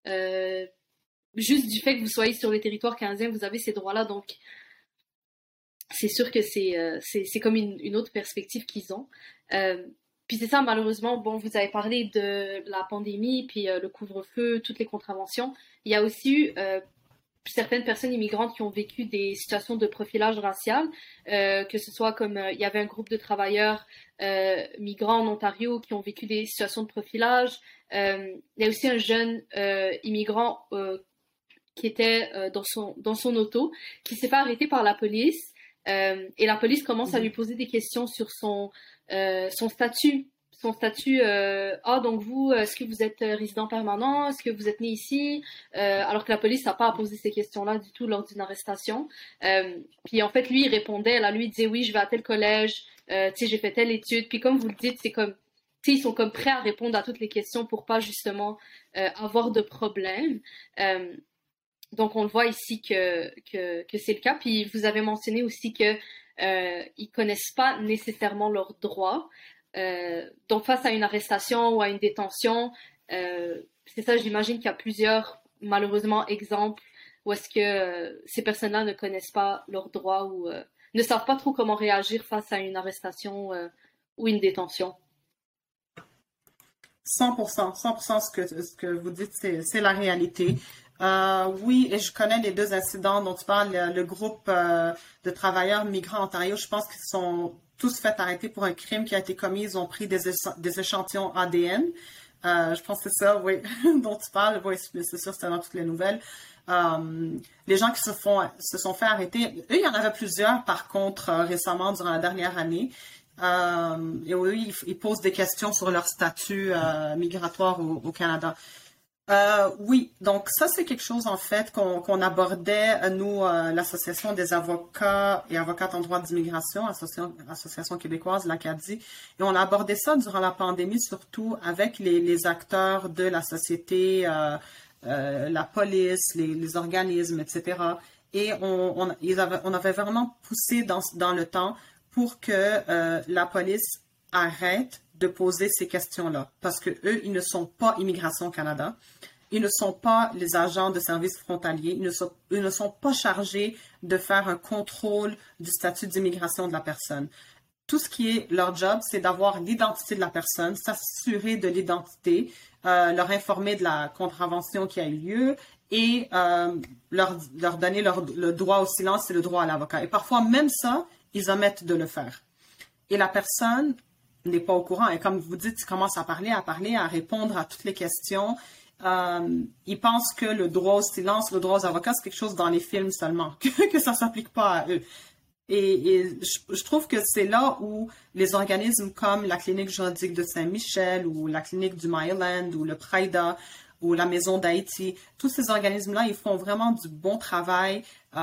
Juste du fait que vous soyez sur le territoire canadien, vous avez ces droits-là, donc c'est sûr que c'est comme une autre perspective qu'ils ont. Puis c'est ça, malheureusement, bon, vous avez parlé de la pandémie, puis le couvre-feu, toutes les contraventions. Il y a aussi eu certaines personnes immigrantes qui ont vécu des situations de profilage racial, que ce soit comme il y avait un groupe de travailleurs migrants en Ontario qui ont vécu des situations de profilage. Il y a aussi un jeune immigrant qui était dans son auto, qui s'est fait arrêter par la police. Et la police commence à lui poser des questions sur son statut. Donc vous, est-ce que vous êtes résident permanent? Est-ce que vous êtes né ici? Alors que la police n'a pas à poser ces questions-là du tout lors d'une arrestation. Puis en fait, lui, il répondait, lui, il disait, oui, je vais à tel collège, j'ai fait telle étude. Puis comme vous le dites, c'est comme, ils sont comme prêts à répondre à toutes les questions pour pas justement avoir de problème. Donc, on le voit ici que c'est le cas. Puis, vous avez mentionné aussi que ils connaissent pas nécessairement leurs droits. Donc, face à une arrestation ou à une détention, c'est ça, j'imagine qu'il y a plusieurs, malheureusement, exemples où est-ce que ces personnes-là ne connaissent pas leurs droits ou ne savent pas trop comment réagir face à une arrestation ou une détention. 100%, ce que vous dites, c'est la réalité. Oui, et je connais les deux incidents dont tu parles, le groupe de travailleurs migrants Ontario, je pense qu'ils sont tous fait arrêter pour un crime qui a été commis. Ils ont pris des échantillons ADN Je pense que c'est ça, oui, dont tu parles. Oui, c'est sûr, c'était dans toutes les nouvelles. Les gens qui se sont fait arrêter, eux, il y en avait plusieurs, par contre, récemment, durant la dernière année. Et oui, ils posent des questions sur leur statut migratoire au Canada. Oui, donc ça, c'est quelque chose, en fait, qu'on abordait, nous, l'Association des avocats et avocates en droit d'immigration, Association québécoise, l'Acadie, et on a abordé ça durant la pandémie, surtout avec les acteurs de la société, la police, les organismes, etc. Et on avait vraiment poussé dans le temps pour que la police arrête de poser ces questions-là. Parce que eux, ils ne sont pas Immigration Canada. Ils ne sont pas les agents de services frontaliers. Ils ne sont pas chargés de faire un contrôle du statut d'immigration de la personne. Tout ce qui est leur job, c'est d'avoir l'identité de la personne, s'assurer de l'identité, leur informer de la contravention qui a eu lieu et leur donner le droit au silence et le droit à l'avocat. Et parfois, même ça, ils omettent de le faire. Et la personne n'est pas au courant. Et comme vous dites, il commence à parler, à répondre à toutes les questions. Ils pensent que le droit au silence, le droit aux avocats, c'est quelque chose dans les films seulement, que ça ne s'applique pas à eux. Et je trouve que c'est là où les organismes comme la Clinique juridique de Saint-Michel ou la Clinique du Maryland ou le Prida ou la Maison d'Haïti, tous ces organismes-là, ils font vraiment du bon travail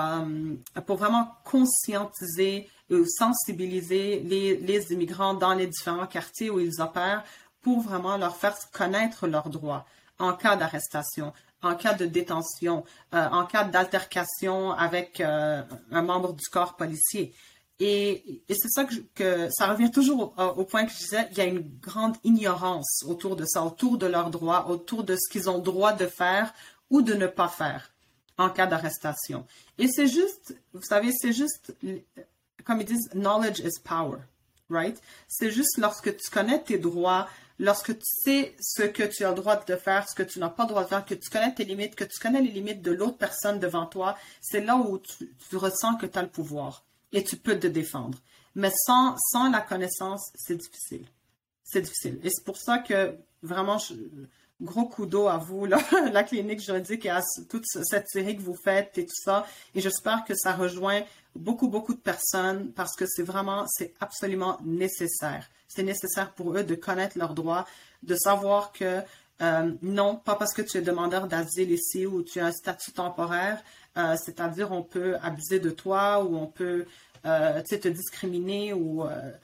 pour vraiment conscientiser et sensibiliser les immigrants dans les différents quartiers où ils opèrent pour vraiment leur faire connaître leurs droits en cas d'arrestation, en cas de détention, en cas d'altercation avec un membre du corps policier. Et c'est ça que ça revient toujours au point que je disais, il y a une grande ignorance autour de ça, autour de leurs droits, autour de ce qu'ils ont droit de faire ou de ne pas faire en cas d'arrestation. Et c'est juste, vous savez, c'est juste, comme ils disent, knowledge is power, right? C'est juste lorsque tu connais tes droits, lorsque tu sais ce que tu as le droit de faire, ce que tu n'as pas le droit de faire, que tu connais tes limites, que tu connais les limites de l'autre personne devant toi, c'est là où tu ressens que tu as le pouvoir et tu peux te défendre. Mais sans la connaissance, c'est difficile. C'est difficile. Et c'est pour ça que vraiment, gros coup d'eau à vous, là, la clinique juridique et à toute cette série que vous faites et tout ça. Et j'espère que ça rejoint beaucoup de personnes parce que c'est absolument nécessaire. C'est nécessaire pour eux de connaître leurs droits, de savoir que non, pas parce que tu es demandeur d'asile ici ou tu as un statut temporaire, c'est-à-dire on peut abuser de toi ou on peut te discriminer ou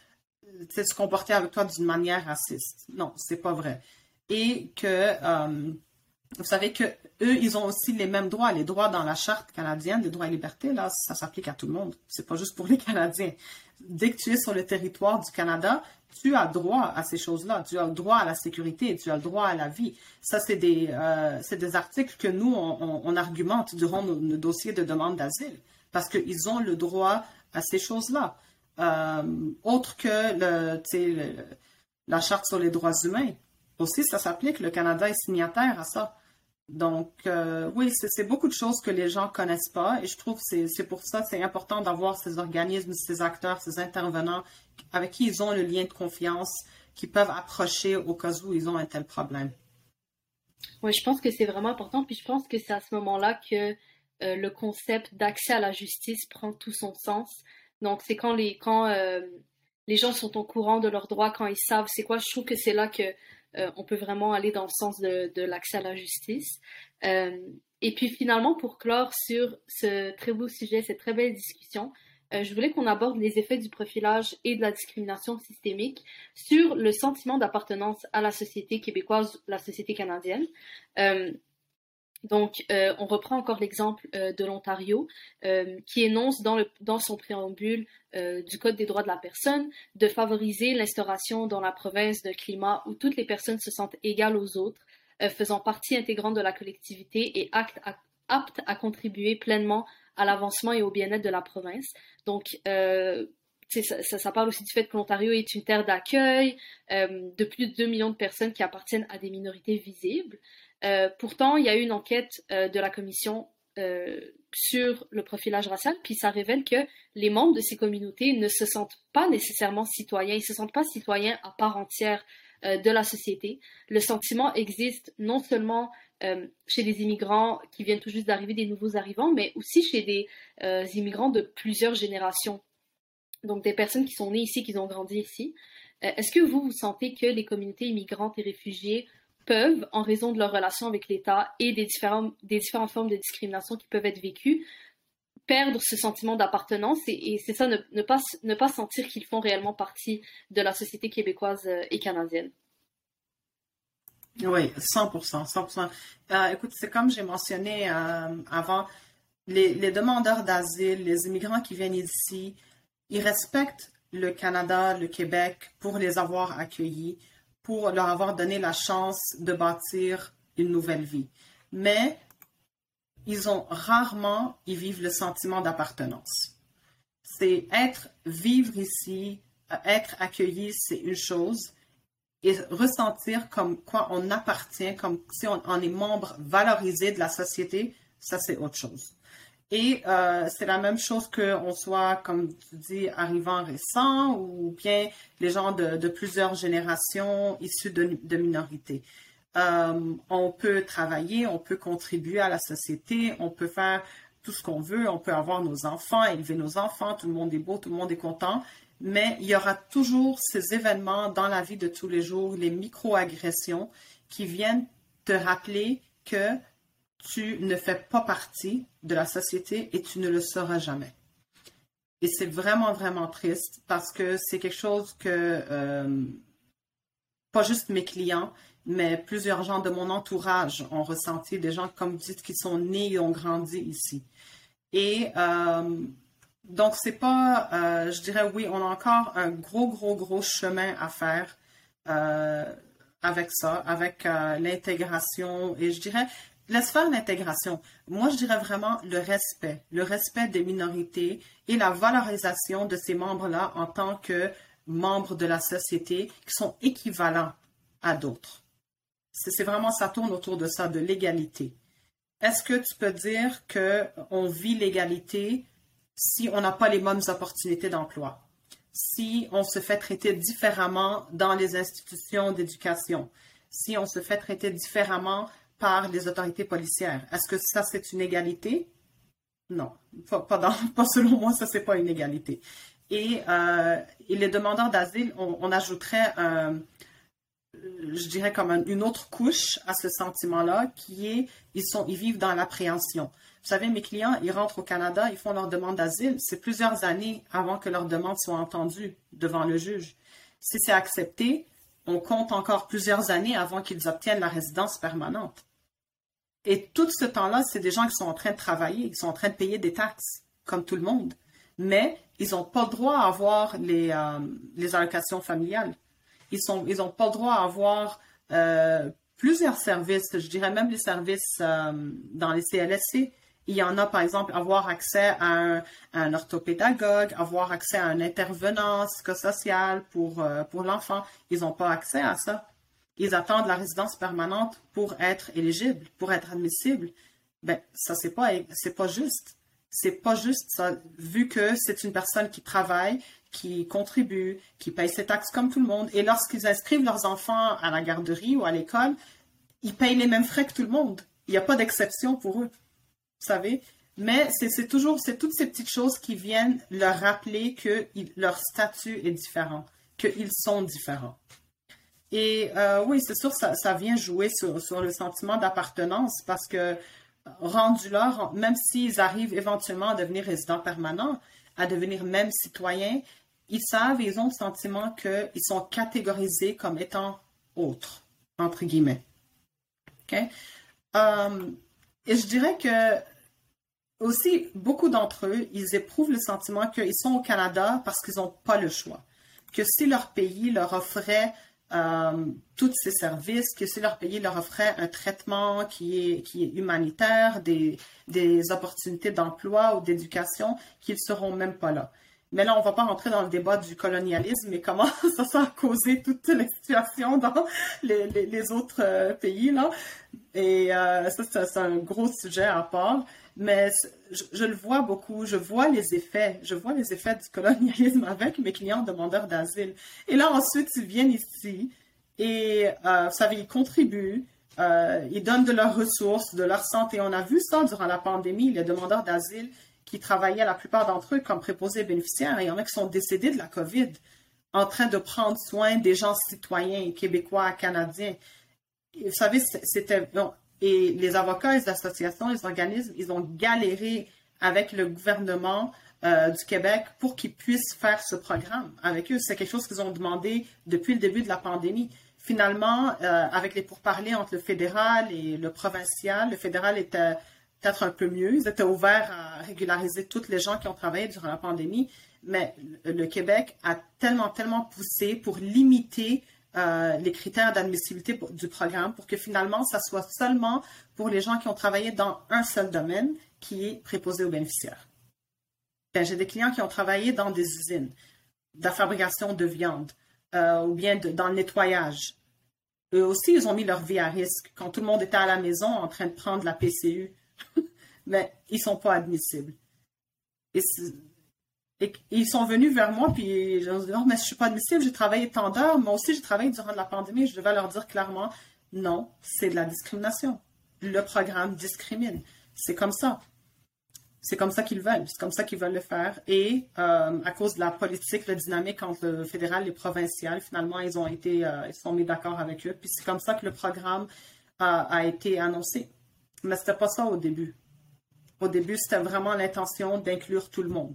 se comporter avec toi d'une manière raciste. Non, c'est pas vrai. Et que vous savez que eux, ils ont aussi les mêmes droits, les droits dans la Charte canadienne, les droits et libertés, là, ça s'applique à tout le monde. C'est pas juste pour les Canadiens. Dès que tu es sur le territoire du Canada, tu as droit à ces choses-là. Tu as le droit à la sécurité, tu as le droit à la vie. Ça, c'est des articles que nous, on argumente durant nos dossiers de demande d'asile parce qu'ils ont le droit à ces choses-là. Autre que la Charte sur les droits humains. Aussi, ça s'applique. Le Canada est signataire à ça. Donc, oui, c'est beaucoup de choses que les gens ne connaissent pas et je trouve que c'est pour ça que c'est important d'avoir ces organismes, ces acteurs, ces intervenants avec qui ils ont le lien de confiance, qui peuvent approcher au cas où ils ont un tel problème. Oui, je pense que c'est vraiment important. Puis je pense que c'est à ce moment-là que le concept d'accès à la justice prend tout son sens. Donc, c'est quand les gens sont au courant de leurs droits, quand ils savent c'est quoi, je trouve que c'est là que on peut vraiment aller dans le sens de l'accès à la justice. Et puis finalement, pour clore sur ce très beau sujet, cette très belle discussion, je voulais qu'on aborde les effets du profilage et de la discrimination systémique sur le sentiment d'appartenance à la société québécoise, la société canadienne. Donc, on reprend encore l'exemple de l'Ontario, qui énonce dans son préambule du Code des droits de la personne de favoriser l'instauration dans la province d'un climat où toutes les personnes se sentent égales aux autres, faisant partie intégrante de la collectivité et aptes à contribuer pleinement à l'avancement et au bien-être de la province. Donc, ça parle aussi du fait que l'Ontario est une terre d'accueil de plus de 2 millions de personnes qui appartiennent à des minorités visibles. Pourtant, il y a eu une enquête de la commission sur le profilage racial, puis ça révèle que les membres de ces communautés ne se sentent pas nécessairement citoyens, ils ne se sentent pas citoyens à part entière de la société. Le sentiment existe non seulement chez des immigrants qui viennent tout juste d'arriver, des nouveaux arrivants, mais aussi chez des immigrants de plusieurs générations. Donc des personnes qui sont nées ici, qui ont grandi ici. Est-ce que vous sentez que les communautés immigrantes et réfugiées peuvent, en raison de leur relation avec l'État et des différentes formes de discrimination qui peuvent être vécues, perdre ce sentiment d'appartenance et c'est ça, ne pas sentir qu'ils font réellement partie de la société québécoise et canadienne? Oui, 100%, 100%. Écoute, c'est comme j'ai mentionné avant, les demandeurs d'asile, les immigrants qui viennent ici, ils respectent le Canada, le Québec pour les avoir accueillis, pour leur avoir donné la chance de bâtir une nouvelle vie. Mais ils vivent le sentiment d'appartenance. Vivre ici, être accueilli, c'est une chose, et ressentir comme quoi on appartient, comme si on est membre valorisé de la société, ça c'est autre chose. Et c'est la même chose qu'on soit, comme tu dis, arrivant récent ou bien les gens de plusieurs générations issus de minorités. On peut travailler, on peut contribuer à la société, on peut faire tout ce qu'on veut, on peut avoir nos enfants, élever nos enfants, tout le monde est beau, tout le monde est content, mais il y aura toujours ces événements dans la vie de tous les jours, les micro-agressions qui viennent te rappeler que tu ne fais pas partie de la société et tu ne le seras jamais. Et c'est vraiment, vraiment triste parce que c'est quelque chose que, pas juste mes clients, mais plusieurs gens de mon entourage ont ressenti, des gens, comme vous dites, qui sont nés et ont grandi ici. Et donc, c'est pas, je dirais, oui, on a encore un gros chemin à faire avec ça, avec l'intégration. Et je dirais, laisse faire l'intégration. Moi, je dirais vraiment le respect des minorités et la valorisation de ces membres-là en tant que membres de la société qui sont équivalents à d'autres. C'est vraiment, ça tourne autour de ça, de l'égalité. Est-ce que tu peux dire qu'on vit l'égalité si on n'a pas les mêmes opportunités d'emploi? Si on se fait traiter différemment dans les institutions d'éducation? Si on se fait traiter différemment par les autorités policières? Est-ce que ça, c'est une égalité? Non. Pas selon moi, ça, c'est pas une égalité. Et les demandeurs d'asile, on ajouterait je dirais comme une autre couche à ce sentiment-là qui est, ils vivent dans l'appréhension. Vous savez, mes clients, ils rentrent au Canada, ils font leur demande d'asile. C'est plusieurs années avant que leur demande soit entendue devant le juge. Si c'est accepté, on compte encore plusieurs années avant qu'ils obtiennent la résidence permanente. Et tout ce temps-là, c'est des gens qui sont en train de travailler, qui sont en train de payer des taxes, comme tout le monde. Mais ils n'ont pas le droit à avoir les allocations familiales. Ils n'ont pas le droit à avoir plusieurs services, je dirais même les services dans les CLSC. Il y en a, par exemple, avoir accès à un orthopédagogue, avoir accès à un intervenant psychosocial pour l'enfant. Ils n'ont pas accès à ça. Ils attendent la résidence permanente pour être éligibles, pour être admissibles. Ben, ça, c'est pas juste. C'est pas juste ça, vu que c'est une personne qui travaille, qui contribue, qui paye ses taxes comme tout le monde. Et lorsqu'ils inscrivent leurs enfants à la garderie ou à l'école, ils payent les mêmes frais que tout le monde. Il n'y a pas d'exception pour eux, vous savez. Mais c'est toutes ces petites choses qui viennent leur rappeler que leur statut est différent, qu'ils sont différents. Et oui, c'est sûr, ça vient jouer sur le sentiment d'appartenance parce que rendu là, même s'ils arrivent éventuellement à devenir résidents permanents, à devenir même citoyens, ils savent et ils ont le sentiment qu'ils sont catégorisés comme étant autres, entre guillemets. Okay? Et je dirais que aussi, beaucoup d'entre eux, ils éprouvent le sentiment qu'ils sont au Canada parce qu'ils n'ont pas le choix. Que si leur pays leur offrait tous ces services, que si leur pays leur offrait un traitement qui est humanitaire, des opportunités d'emploi ou d'éducation, qu'ils ne seront même pas là. Mais là, on ne va pas rentrer dans le débat du colonialisme et comment ça a causé toute la situation dans les autres pays, là. Et ça, c'est un gros sujet à part. Mais je le vois beaucoup, je vois les effets du colonialisme avec mes clients demandeurs d'asile. Et là, ensuite, ils viennent ici Et, vous savez, ils contribuent, ils donnent de leurs ressources, de leur santé. On a vu ça durant la pandémie, les demandeurs d'asile qui travaillaient, la plupart d'entre eux, comme préposés bénéficiaires. Il y en a qui sont décédés de la COVID, en train de prendre soin des gens citoyens, québécois, canadiens. Et vous savez, et les avocats, les associations, les organismes, ils ont galéré avec le gouvernement du Québec pour qu'ils puissent faire ce programme avec eux. C'est quelque chose qu'ils ont demandé depuis le début de la pandémie. Finalement, avec les pourparlers entre le fédéral et le provincial, le fédéral était peut-être un peu mieux. Ils étaient ouverts à régulariser toutes les gens qui ont travaillé durant la pandémie, mais le Québec a tellement poussé pour limiter les critères d'admissibilité du programme pour que finalement, ça soit seulement pour les gens qui ont travaillé dans un seul domaine, qui est préposé aux bénéficiaires. Ben, j'ai des clients qui ont travaillé dans des usines de la fabrication de viande ou bien dans le nettoyage. Eux aussi, ils ont mis leur vie à risque quand tout le monde était à la maison en train de prendre la PCU. Mais ils ne sont pas admissibles. Et ils sont venus vers moi, puis je leur ai dit, oh, mais je ne suis pas admissible, j'ai travaillé tant d'heures. Moi aussi, j'ai travaillé durant la pandémie. Je devais leur dire clairement, non, c'est de la discrimination. Le programme discrimine. C'est comme ça. C'est comme ça qu'ils veulent. C'est comme ça qu'ils veulent le faire. Et à cause de la politique, la dynamique entre le fédéral et le provincial, finalement, ils sont mis d'accord avec eux. Puis c'est comme ça que le programme a été annoncé. Mais c'était pas ça au début. Au début, c'était vraiment l'intention d'inclure tout le monde.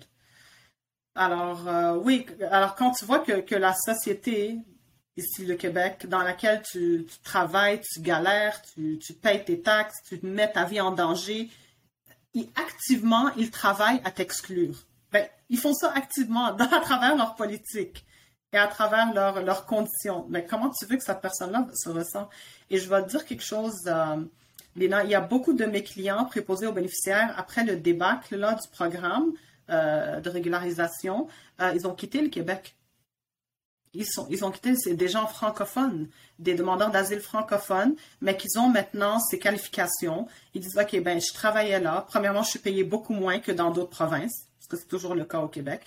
Alors, oui, alors quand tu vois que la société, ici le Québec, dans laquelle tu travailles, tu galères, tu payes tes taxes, tu mets ta vie en danger, activement, ils travaillent à t'exclure. Ben, ils font ça activement à travers leur politique et à travers leurs conditions. Mais comment tu veux que cette personne-là se ressent? Et je vais te dire quelque chose, Léna, il y a beaucoup de mes clients préposés aux bénéficiaires, après le débâcle là, du programme de régularisation, ils ont quitté le Québec. Ils ont quitté, c'est des gens francophones, des demandeurs d'asile francophones, mais qui ont maintenant ces qualifications. Ils disent, OK, ben, je travaillais là. Premièrement, je suis payé beaucoup moins que dans d'autres provinces, parce que c'est toujours le cas au Québec.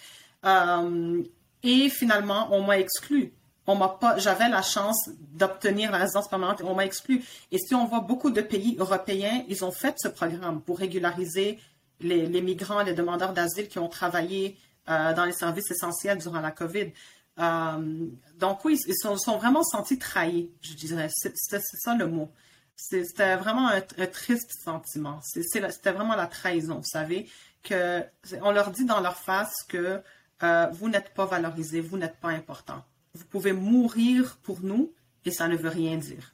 Et finalement, on m'a exclu. J'avais la chance d'obtenir la résidence permanente et on m'a exclu. Et si on voit beaucoup de pays européens, ils ont fait ce programme pour régulariser les migrants, les demandeurs d'asile qui ont travaillé dans les services essentiels durant la COVID. Donc oui, ils sont vraiment sentis trahis, je dirais. C'est ça le mot. C'était vraiment un triste sentiment. C'était vraiment la trahison, vous savez, on leur dit dans leur face que vous n'êtes pas valorisés, vous n'êtes pas important. Vous pouvez mourir pour nous et ça ne veut rien dire.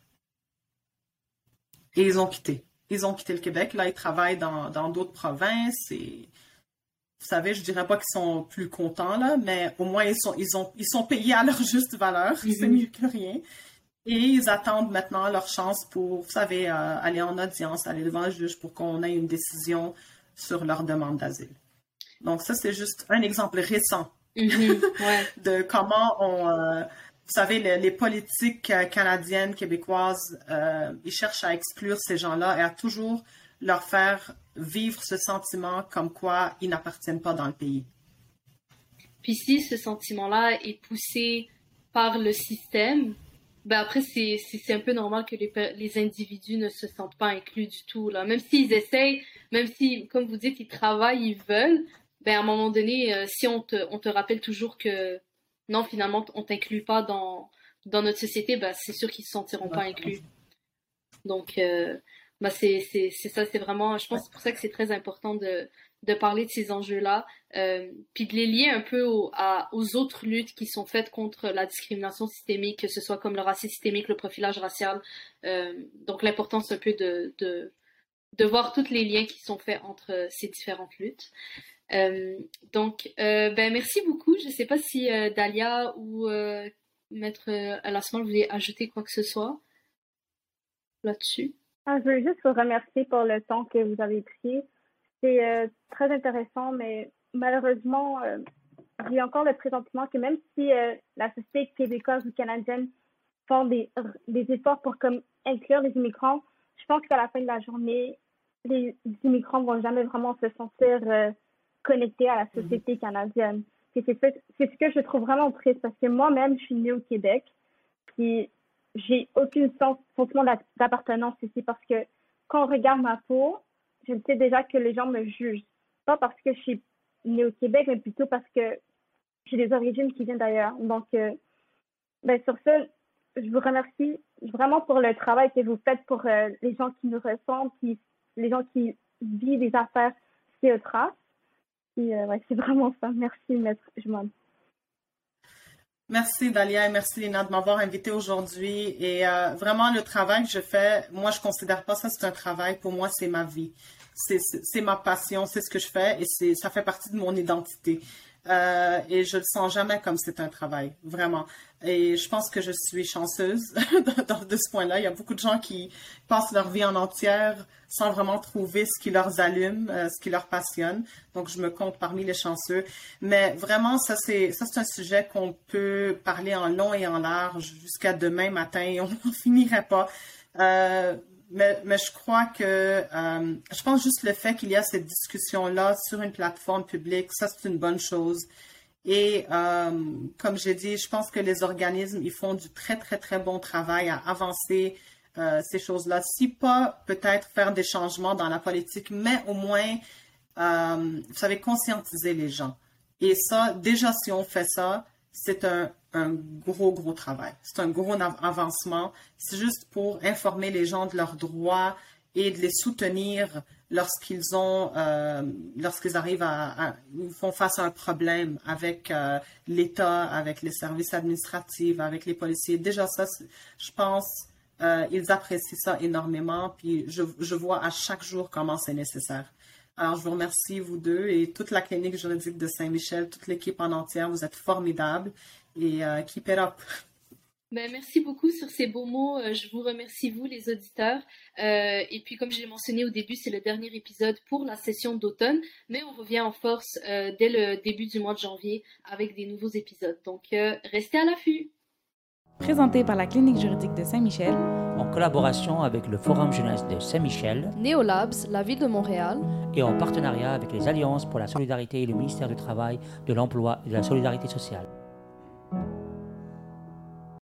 Et ils ont quitté. Ils ont quitté le Québec. Là, ils travaillent dans d'autres provinces et vous savez, je dirais pas qu'ils sont plus contents, là, mais au moins, ils sont payés à leur juste valeur. C'est mieux que rien. Et ils attendent maintenant leur chance pour, vous savez, aller en audience, aller devant le juge pour qu'on ait une décision sur leur demande d'asile. Donc, ça, c'est juste un exemple récent de comment vous savez, les politiques canadiennes, québécoises, ils cherchent à exclure ces gens-là et à toujours leur faire vivre ce sentiment comme quoi ils n'appartiennent pas dans le pays. Puis si ce sentiment-là est poussé par le système, ben après c'est un peu normal que les individus ne se sentent pas inclus du tout, là. Même s'ils essayent, même si, comme vous dites, ils travaillent, ils veulent, ben à un moment donné, si on te rappelle toujours que non, finalement, on t'inclut pas dans notre société, ben c'est sûr qu'ils se sentiront pas inclus. Donc bah c'est ça, c'est vraiment, je pense que c'est pour ça que c'est très important de parler de ces enjeux-là, puis de les lier un peu aux autres luttes qui sont faites contre la discrimination systémique, que ce soit comme le racisme systémique, le profilage racial. Donc l'importance un peu de voir tous les liens qui sont faits entre ces différentes luttes. Donc ben merci beaucoup. Je sais pas si Dalia ou Maître Alasmal voulait ajouter quoi que ce soit là-dessus. Je veux juste vous remercier pour le temps que vous avez pris. C'est très intéressant, mais malheureusement, j'ai encore le pressentiment que même si la société québécoise ou canadienne font des efforts pour inclure les immigrants, je pense qu'à la fin de la journée, les immigrants vont jamais vraiment se sentir connectés à la société canadienne. Et c'est ce que je trouve vraiment triste, parce que moi-même, je suis née au Québec, puis j'ai aucun sentiment d'appartenance ici parce que quand on regarde ma peau, je sais déjà que les gens me jugent. Pas parce que je suis née au Québec, mais plutôt parce que j'ai des origines qui viennent d'ailleurs. Donc, sur ce, je vous remercie vraiment pour le travail que vous faites pour les gens qui nous ressemblent, les gens qui vivent des affaires CE-Trace. C'est vraiment ça. Merci, Maître Juman. Merci Dalia et merci Léna de m'avoir invité aujourd'hui. Et vraiment, le travail que je fais, moi, je considère pas ça c'est un travail. Pour moi, c'est ma vie. C'est ma passion, c'est ce que je fais et ça fait partie de mon identité. Et je le sens jamais comme c'est un travail, vraiment. Et je pense que je suis chanceuse de ce point-là. Il y a beaucoup de gens qui passent leur vie en entière sans vraiment trouver ce qui leur allume, ce qui leur passionne. Donc, je me compte parmi les chanceux. Mais vraiment, ça c'est un sujet qu'on peut parler en long et en large jusqu'à demain matin et on n'en finirait pas. Mais je crois que je pense juste le fait qu'il y a cette discussion-là sur une plateforme publique, ça c'est une bonne chose. Et comme j'ai dit, je pense que les organismes, ils font du très, très, très bon travail à avancer ces choses-là. Si pas peut-être faire des changements dans la politique, mais au moins, vous savez, conscientiser les gens. Et ça, déjà, si on fait ça, c'est un gros, gros travail. C'est un gros avancement. C'est juste pour informer les gens de leurs droits et de les soutenir lorsqu'ils arrivent ils font face à un problème avec l'État, avec les services administratifs, avec les policiers. Déjà ça, je pense, ils apprécient ça énormément. Puis je vois à chaque jour comment c'est nécessaire. Alors, je vous remercie, vous deux, et toute la clinique juridique de Saint-Michel, toute l'équipe en entière. Vous êtes formidables et keep it up. Ben, merci beaucoup sur ces beaux mots. Je vous remercie, vous, les auditeurs. Et puis, comme je l'ai mentionné au début, c'est le dernier épisode pour la session d'automne, mais on revient en force dès le début du mois de janvier avec des nouveaux épisodes. Donc, restez à l'affût. Présenté par la Clinique juridique de Saint-Michel, en collaboration avec le Forum jeunesse de Saint-Michel, Néolabs, la Ville de Montréal, et en partenariat avec les Alliances pour la solidarité et le ministère du Travail, de l'Emploi et de la Solidarité sociale.